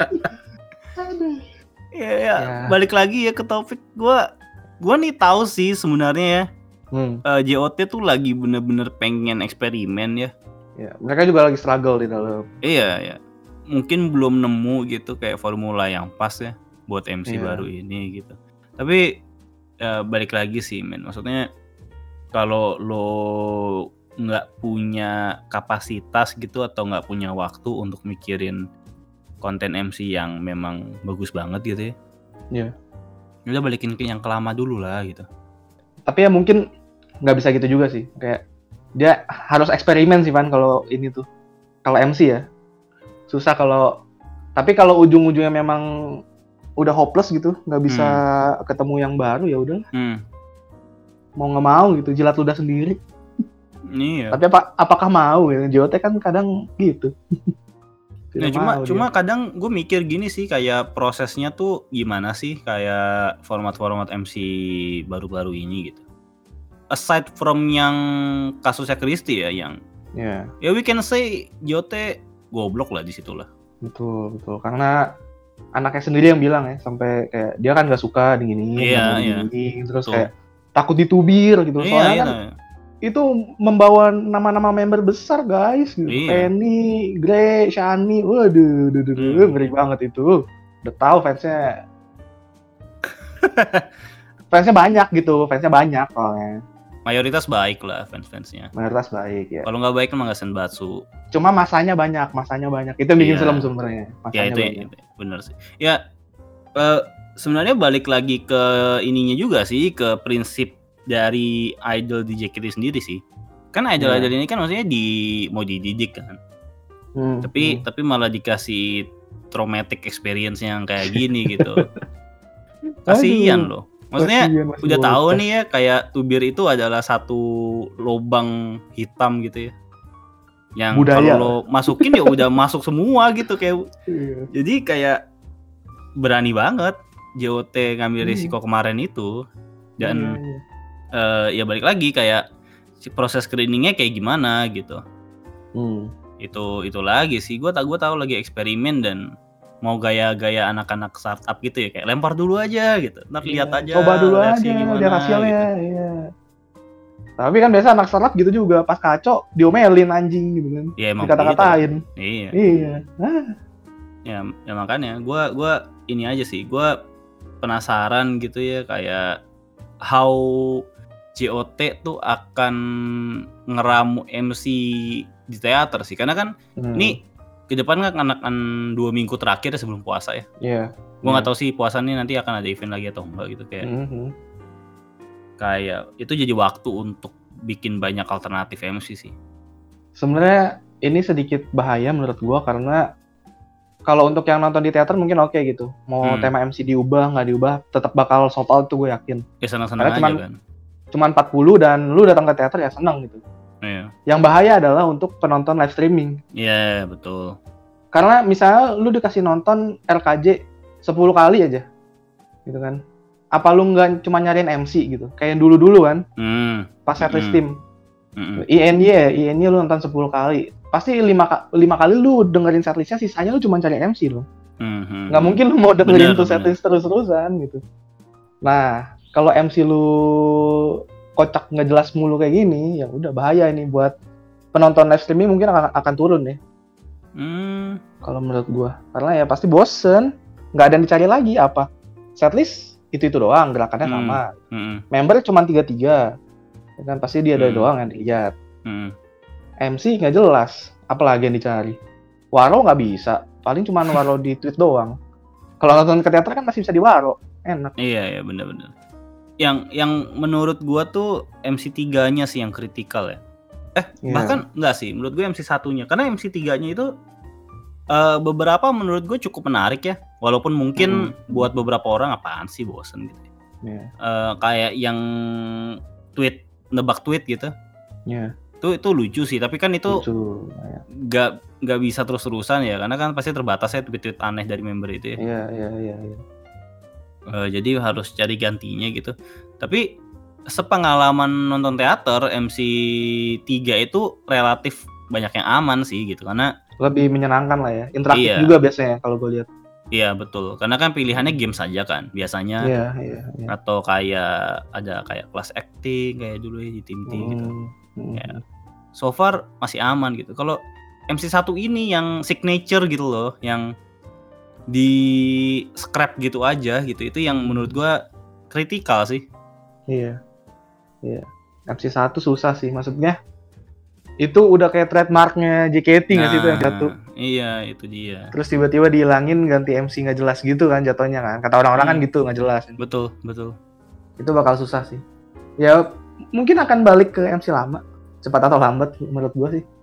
Ya. Balik lagi ya ke topik. Gua nih tahu sih sebenarnya ya. JOT tuh lagi bener-bener pengen eksperimen ya. Ya, mereka juga lagi struggle di dalam. Iya. Mungkin belum nemu gitu kayak formula yang pas ya buat MC baru ini gitu. Tapi balik lagi sih men. Maksudnya kalau lo nggak punya kapasitas gitu atau nggak punya waktu untuk mikirin konten MC yang memang bagus banget gitu ya. Iya. Udah balikin ke yang kelama dulu lah gitu. Tapi ya mungkin nggak bisa gitu juga sih. Kayak dia harus eksperimen sih Van kalau ini tuh. Kalau MC ya. Susah tapi kalau ujung-ujungnya memang udah hopeless gitu, nggak bisa ketemu yang baru ya udah. Mau nggak mau gitu, jilat ludah sendiri. Iya. Tapi apakah mau ya? JOT kan kadang gitu. Cuma kadang gue mikir gini sih, kayak prosesnya tuh gimana sih kayak format-format MC baru-baru ini gitu. Aside from yang kasusnya Christy ya, yang ya we can say JOT goblok lah di situ lah. Betul. Karena anaknya sendiri yang bilang ya, sampai kayak dia kan nggak suka digini, terus kayak takut ditubir gitu. Soalnya kan itu membawa nama-nama member besar guys, gitu. Penny, Grey, Shani, waduh, ngeri banget itu. Udah tahu fansnya banyak gitu, fansnya banyak soalnya. Mayoritas baik lah fans-fansnya. Mayoritas baik ya. Kalau nggak baik emang nggak senbatsu. Cuma masanya banyak. Itu yang bikin serem sebenarnya. Ya itu bener sih. Ya sebenarnya balik lagi ke ininya juga sih, ke prinsip dari idol DJ Kitty sendiri sih. Kan idol ini kan maksudnya mau dididik kan. Tapi malah dikasih traumatic experience yang kayak gini gitu. Kasihan loh. Maksudnya udah tahu nih ya, kayak tubir itu adalah satu lubang hitam gitu ya. Yang kalau lo masukin ya udah masuk semua gitu kayak. Jadi kayak berani banget JOT ngambil risiko kemarin itu. Dan ya balik lagi kayak proses screeningnya kayak gimana gitu. Itu lagi sih, gue tahu lagi eksperimen dan mau gaya-gaya anak-anak startup gitu ya, kayak lempar dulu aja gitu, ntar lihat aja, coba dulu aja gimana, lihat hasilnya gitu. Gitu. Tapi kan biasa anak startup gitu juga, pas kacau diomelin anjing gitu kan, dikata-katain. Iya. Ya makanya gue ini aja sih, gue penasaran gitu ya, kayak how JOT tuh akan ngeramu MC di teater sih, karena kan ini ke depan kan akan 2 minggu terakhir sebelum puasa ya. Iya. Gue nggak tahu sih puasa ini nanti akan ada event lagi atau enggak gitu, kayak. Kayak itu jadi waktu untuk bikin banyak alternatif MC sih. Sebenarnya ini sedikit bahaya menurut gue, karena kalau untuk yang nonton di teater mungkin oke gitu. Mau tema MC diubah nggak diubah, tetap bakal sold out tuh gue yakin. Ya senang-senang aja kan. Cuman 40 dan lu datang ke teater ya senang gitu. Iya. Yang bahaya adalah untuk penonton live streaming. Iya, betul. Karena misalnya lu dikasih nonton RKJ 10 kali aja. Gitu kan. Apa lu nggak cuma nyariin MC gitu. Kayak dulu-dulu kan. Pas setlist tim. INY lu nonton 10 kali. Pasti 5 kali lu dengerin setlistnya, sisanya lu cuma cari MC lu. Nggak mungkin lu mau dengerin tuh setlist terus-terusan gitu. Nah, kalau MC lu kocak nggak jelas mulu kayak gini, ya udah bahaya ini buat penonton live streaming, mungkin akan turun ya. Kalau menurut gua, karena ya pasti bosen, nggak ada yang dicari lagi apa. Setlist itu doang, gerakannya sama. Member cuma 3-3, ya kan pasti dia ada doang yang dilihat. MC nggak jelas, apalagi yang dicari. Waro nggak bisa, paling cuma waro di tweet doang. Kalau nonton ke teater kan masih bisa di waro, enak. Iya benar-benar. Yang menurut gua tuh MC 3-nya sih yang kritikal ya. Bahkan enggak sih, menurut gua MC 1-nya. Karena MC 3-nya itu beberapa menurut gua cukup menarik ya. Walaupun mungkin buat beberapa orang apaan sih, bosen gitu. Kayak yang nebak tweet gitu. Itu lucu sih, tapi kan itu nggak bisa terus-terusan ya, karena kan pasti terbatas ya tweet-tweet aneh dari member itu ya. Iya. Jadi harus cari gantinya gitu. Tapi sepengalaman nonton teater, MC 3 itu relatif banyak yang aman sih gitu, karena lebih menyenangkan lah ya, interaktif juga biasanya kalau gue lihat. Iya betul, karena kan pilihannya game saja kan biasanya. Iya. Atau kayak ada kayak kelas acting kayak dulu ya di tim-tim gitu. Ya, so far masih aman gitu. Kalau MC 1 ini yang signature gitu loh, yang di scrap gitu aja gitu, itu yang menurut gua kritikal sih. Iya. MC 1 susah sih, maksudnya itu udah kayak trademarknya JKT nggak sih itu yang satu? Iya, itu dia. Terus tiba-tiba dihilangin, ganti MC nggak jelas gitu kan jatuhnya kan, kata orang-orang kan gitu, nggak jelas. Betul. Itu bakal susah sih. Ya mungkin akan balik ke MC lama, cepat atau lambat menurut gua sih.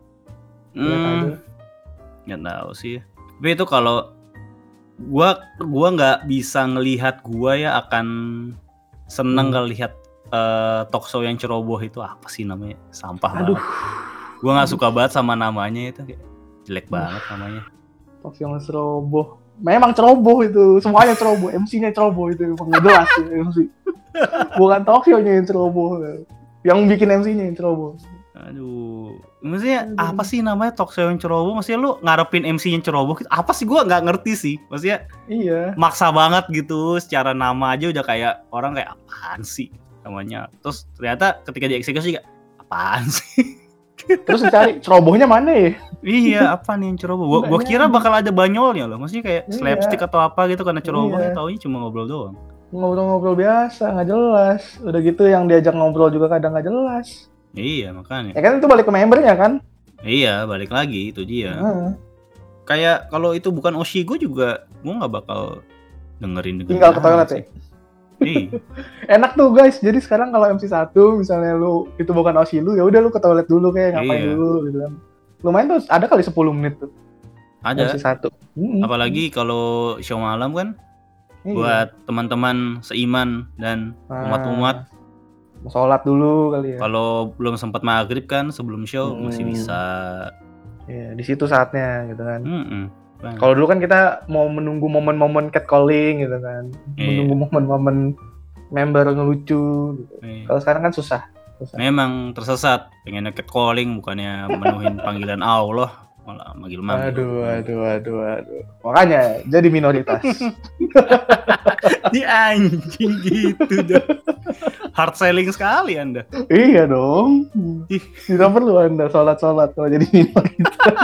Nggak tahu sih. Tapi itu kalau gua nggak bisa ngelihat gua ya akan seneng kalau lihat talk show yang ceroboh itu, apa sih namanya, sampah banget. Gua nggak suka banget sama namanya itu, kayak jelek banget namanya. Talk show yang ceroboh. Memang ceroboh itu, semuanya ceroboh. MC-nya ceroboh itu, emang nggak jelas ya, MC. Bukan talk show-nya yang ceroboh, yang bikin MC-nya yang ceroboh. Maksudnya apa sih namanya talk show yang ceroboh? Maksudnya lu ngarepin MC yang ceroboh gitu? Apa sih, gua nggak ngerti sih. Maksudnya maksa banget gitu, secara nama aja udah kayak orang kayak apaan sih namanya. Terus ternyata ketika dieksekusi kayak apaan sih? Terus cari cerobohnya mana ya? Iya, apa nih yang ceroboh? Gua kira bakal ada banyolnya loh. Maksudnya kayak slapstick atau apa gitu, karena cerobohnya taunya cuma ngobrol doang. Ngobrol-ngobrol biasa, nggak jelas. Udah gitu yang diajak ngobrol juga kadang nggak jelas. Iya, makanya. Ya kan itu balik ke membernya kan? Iya, balik lagi, itu dia. Kayak kalau itu bukan Oshi gue juga, gue nggak bakal dengerin. Tinggal ke toilet ya? Enak tuh guys, jadi sekarang kalau MC 1 misalnya lu itu bukan Oshi lu, ya udah lu ke toilet dulu kayak ngapain dulu gitu kan. Lumayan tuh, ada kali 10 menit tuh. Ada. MC 1. Apalagi kalau show malam kan, buat teman-teman seiman dan umat-umat. Sholat dulu kali ya. Kalau belum sempat maghrib kan sebelum show masih bisa. Iya, di situ saatnya gitu kan. Kalau dulu kan kita mau menunggu momen-momen catcalling gitu kan, menunggu momen-momen member ngelucu. Gitu. Kalau sekarang kan susah. Memang tersesat, pengen catcalling bukannya memenuhin panggilan Allah, malah manggil-manggil. Aduh. Makanya jadi minoritas. Di anjing gitu dah. Hard selling sekali Anda. Iya dong. Tidak perlu Anda sholat kalau jadi minoritas.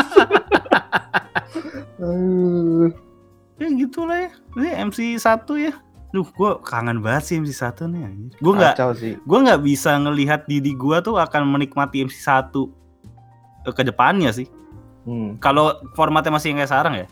Ya gitulah ya. Ini MC 1 ya. Gue kangen banget sih MC 1 nih anjir. Gue nggak bisa ngelihat diri gue tuh akan menikmati MC 1 ke depannya sih. Kalau formatnya masih kayak sekarang ya.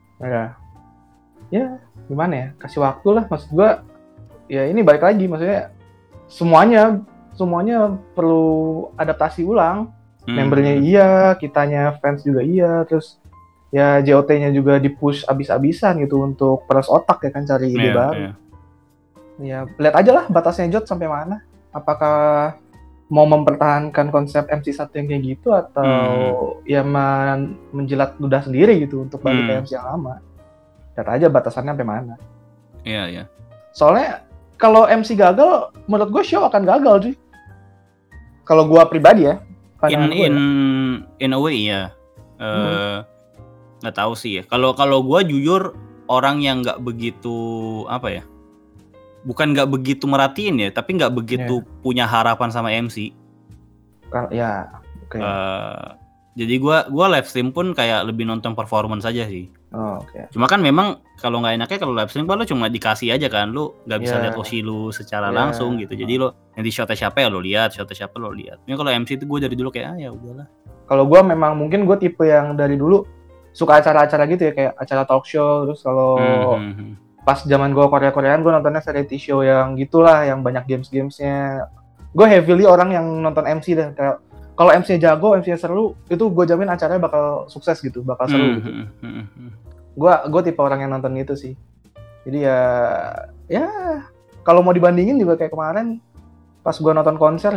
Ya gimana ya, kasih waktu lah. Maksud gue ya ini balik lagi, maksudnya semuanya perlu adaptasi ulang. Membernya iya, kitanya fans juga iya, terus ya JOT-nya juga di-push abis-abisan gitu untuk peres otak ya kan, cari ide baru. Ya lihat aja lah batasnya Jot sampai mana. Apakah mau mempertahankan konsep MC 1 yang kayak gitu, atau ya menjilat ludah sendiri gitu untuk balik ke MC yang lama. Lihat aja batasannya sampai mana. Iya. Soalnya kalau MC gagal, menurut gue show akan gagal sih. Kalau gue pribadi ya. In a way ya. Nggak tahu sih ya. Kalau gue jujur orang yang nggak begitu apa ya, bukan nggak begitu merhatiin ya, tapi nggak begitu punya harapan sama MC. Ya, oke. Jadi gua live stream pun kayak lebih nonton performance aja sih. Oh, oke. Cuma kan memang kalau nggak enaknya kalau live stream kan lu cuma dikasih aja kan, lu nggak bisa lihat Oshi lu secara langsung gitu. Jadi lo nanti shotnya siapa ya lo lihat, shotnya siapa lo lihat. Ini kalau MC itu gue dari dulu kayak ya udahlah. Kalau gue memang mungkin gue tipe yang dari dulu suka acara-acara gitu ya, kayak acara talk show. Terus kalau pas zaman gue Korea-Koreaan, gue nontonnya variety show yang gitulah, yang banyak games-gamesnya. Gue heavily orang yang nonton MC dah. Kayak kalau MC-nya jago, MC-nya seru, itu gue jamin acaranya bakal sukses gitu, bakal seru gitu. Gue tipe orang yang nonton gitu sih. Jadi ya kalau mau dibandingin juga kayak kemarin pas gue nonton konser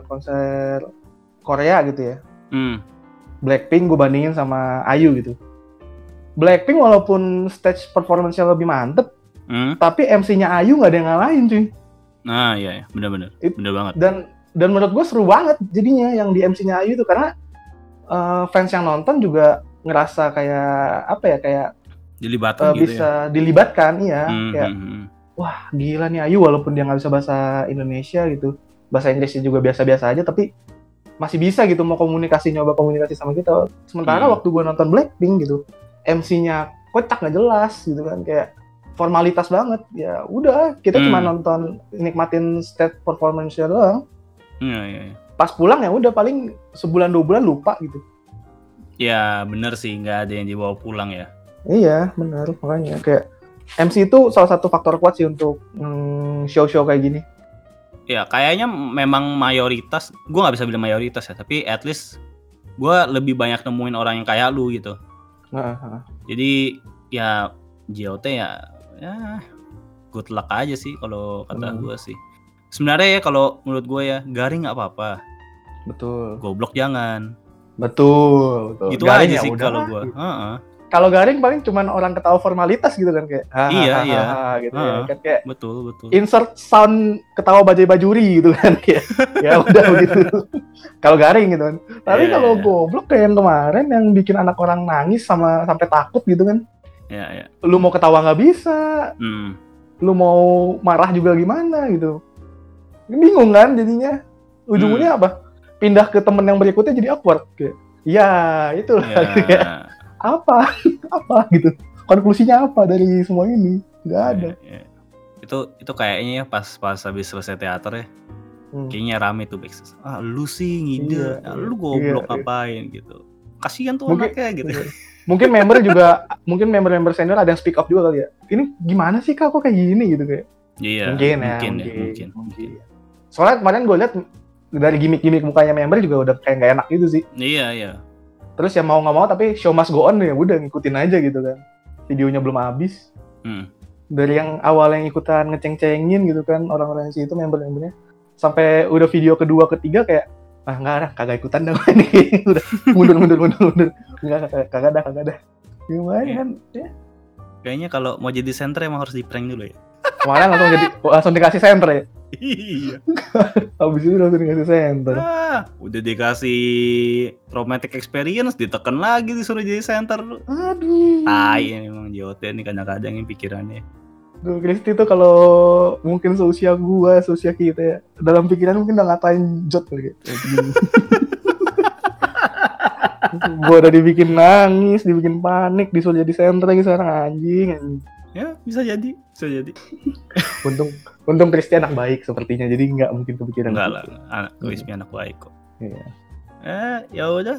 Korea gitu ya. Blackpink gue bandingin sama IU gitu. Blackpink walaupun stage performance-nya lebih mantep, tapi MC-nya IU nggak ada yang ngalahin cuy. Nah iya, benar-benar, benar banget. Dan menurut gue seru banget jadinya yang di MC-nya IU itu, karena fans yang nonton juga ngerasa kayak dilibatkan gitu bisa dilibatkan, iya. Kayak wah gila nih Ayu, walaupun dia nggak bisa bahasa Indonesia gitu, bahasa Inggrisnya juga biasa-biasa aja, tapi masih bisa gitu nyoba komunikasi sama kita. Sementara waktu gue nonton Blackpink gitu, MC-nya kocak nggak jelas gitu kan, kayak formalitas banget. Ya udah, kita cuma nonton, nikmatin stage performance-nya doang. Iya. Pas pulang ya udah, paling sebulan 2 bulan lupa gitu. Ya bener sih, nggak ada yang dibawa pulang ya. Iya benar, makanya kayak MC itu salah satu faktor kuat sih untuk show-show kayak gini. Ya kayaknya memang mayoritas, gue nggak bisa bilang mayoritas ya, tapi at least gue lebih banyak nemuin orang yang kayak lu gitu. Jadi ya JOT ya good luck aja sih kalau kata gue sih. Sebenarnya ya kalau menurut gue ya, garing nggak apa-apa. Betul. Goblok jangan. Betul. Gitu garing aja ya sih udah kalau gue. Kalau garing paling cuman orang ketawa formalitas gitu kan, kayak iya gitu ya kan, kayak betul insert sound ketawa bajai-bajuri gitu kan, kayak ya udah begitu. Kalau garing gitu kan. Tapi kalau goblok kayak yang kemarin yang bikin anak orang nangis sampai takut gitu kan. Iya. Lu mau ketawa nggak bisa. Lu mau marah juga gimana gitu. Bingung kan jadinya. Ujung-ujungnya apa? Pindah ke temen yang berikutnya jadi awkward kayak. Ya, itulah kayak. Apa gitu, konklusinya apa dari semua ini? Nggak ada. Itu kayaknya ya pas habis selesai teater ya, kayaknya rame tuh backstage. Lu sih ngide, lu goblok ngapain gitu, kasihan tuh anaknya gitu. Mungkin member senior ada yang speak up juga kali ya, ini gimana sih kok kayak gini gitu kayak. Mungkin. Soalnya kemarin gue lihat dari gimmick mukanya member juga udah kayak nggak enak gitu sih. Iya. Terus ya mau nggak mau tapi show must go on ya udah ngikutin aja gitu kan. Videonya belum habis. Dari yang awal yang ikutan ngeceng-cengin gitu kan orang-orang di situ, member-membernya, sampai udah video kedua ketiga kayak kagak ikutan dah ini. Udah mundur. Kagak dah. Gimana kan? Ya. Kayaknya kalau mau jadi center emang harus di prank dulu ya. Kemarin langsung dikasih center ya. Iya. Habis itu langsung dikasih center. Udah dikasih traumatic experience, ditekan lagi disuruh jadi center. Aduh. Tai memang JOT nih kadang-kadang yang pikirannya. Kristi tuh kalau mungkin seusia kita ya, dalam pikiran mungkin udah ngatain Jot kali gitu. Gua udah dibikin nangis, dibikin panik, disuruh jadi center lagi sekarang, anjing. Ya bisa jadi. Untung Kristi anak baik sepertinya, jadi nggak mungkin kepikiran. Enggak lah, Kristi anak baik kok. Iya. Ya udah.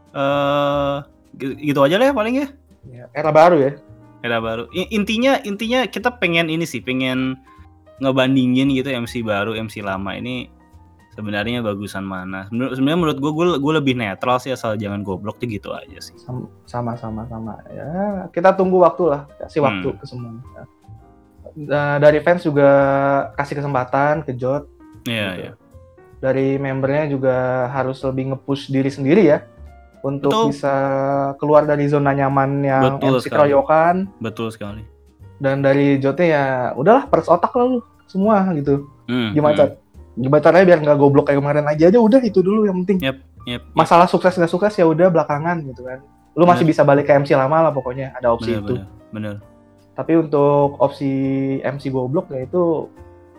Gitu aja lah ya paling ya. Era baru ya. Era baru. Intinya kita pengen ngebandingin gitu MC baru, MC lama ini sebenarnya bagusan mana. Sebenarnya menurut gue lebih netral sih, asal jangan goblok tuh, gitu aja sih. Sama. Ya, kita tunggu waktu lah, kasih waktu ke semua. Dari fans juga kasih kesempatan ke Jot. Iya. Dari membernya juga harus lebih nge-push diri sendiri ya, untuk bisa keluar dari zona nyaman yang MC keroyokan. Betul sekali. Dan dari Jotnya ya udahlah, peres otak lah lu semua gitu. Gimana caranya biar nggak goblok kayak kemarin aja udah, itu dulu yang penting. Yep. Masalah sukses nggak sukses ya udah belakangan gitu kan. Lu masih bisa balik ke MC lama lah, pokoknya ada opsi itu. Bener. Tapi untuk opsi MC goblok ya itu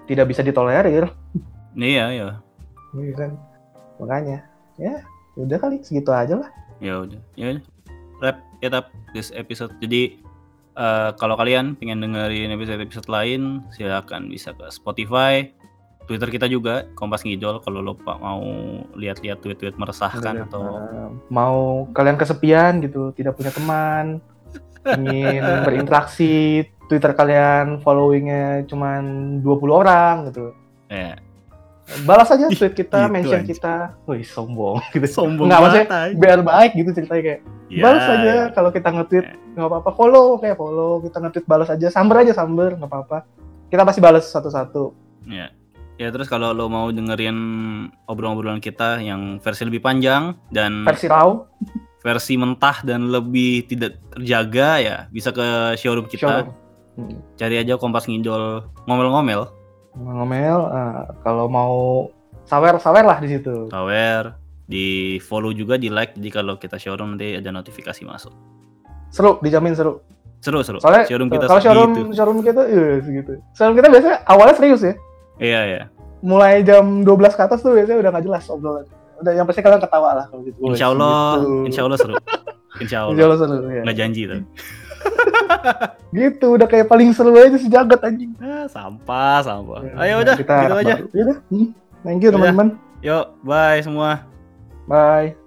tidak bisa ditolerir. Iya, ya. Iya kan. Makanya ya udah kali segitu aja lah. Ya udah. Ya udah. Wrap it up this episode. Jadi kalau kalian pengen dengerin episode-episode lain, silakan bisa ke Spotify, Twitter kita juga Kompas Ngidol kalau lo mau lihat-lihat tweet-tweet meresahkan atau mau kalian kesepian gitu, tidak punya teman, ingin berinteraksi, Twitter kalian followingnya cuma 20 orang gitu. Balas aja tweet kita, Gitu mention aja. kita. Wih, sombong gitu. Sombong Nggak, maksudnya banget aja. biar baik gitu ceritanya kayak. Ya, Balas aja ya. kalau kita nge-tweet, nggak apa-apa. Follow, kita nge-tweet balas aja. Samber, nggak apa-apa. Kita pasti balas satu-satu. Ya. Ya, terus kalau lo mau dengerin obrolan-obrolan kita yang versi lebih panjang dan Versi raw, versi mentah dan lebih tidak terjaga, ya bisa ke showroom kita. showroom. Cari aja Kompas Ngidol ngomel-ngomel. Ngomel, kalau mau sawer lah di situ. Sawer, di follow juga, di like. Jadi kalau kita showroom nanti ada notifikasi masuk. Seru, dijamin seru. Seru. Soalnya showroom kita kalau segitu. showroom kita segitu. Showroom kita biasanya awalnya serius ya. Iya. Mulai jam 12 ke atas tuh biasanya udah nggak jelas obrolan. Udah yang pasti kalian ketawa lah kalau gitu. Insya Allah seru. Insya Allah seru ya. nggak janji tuh. Gitu udah kayak paling seru aja sejagat anjing. Sampah. Ya, Ayo udah, kita gitu aja. Yaudah. Thank you teman-teman. Yuk, bye semua. Bye.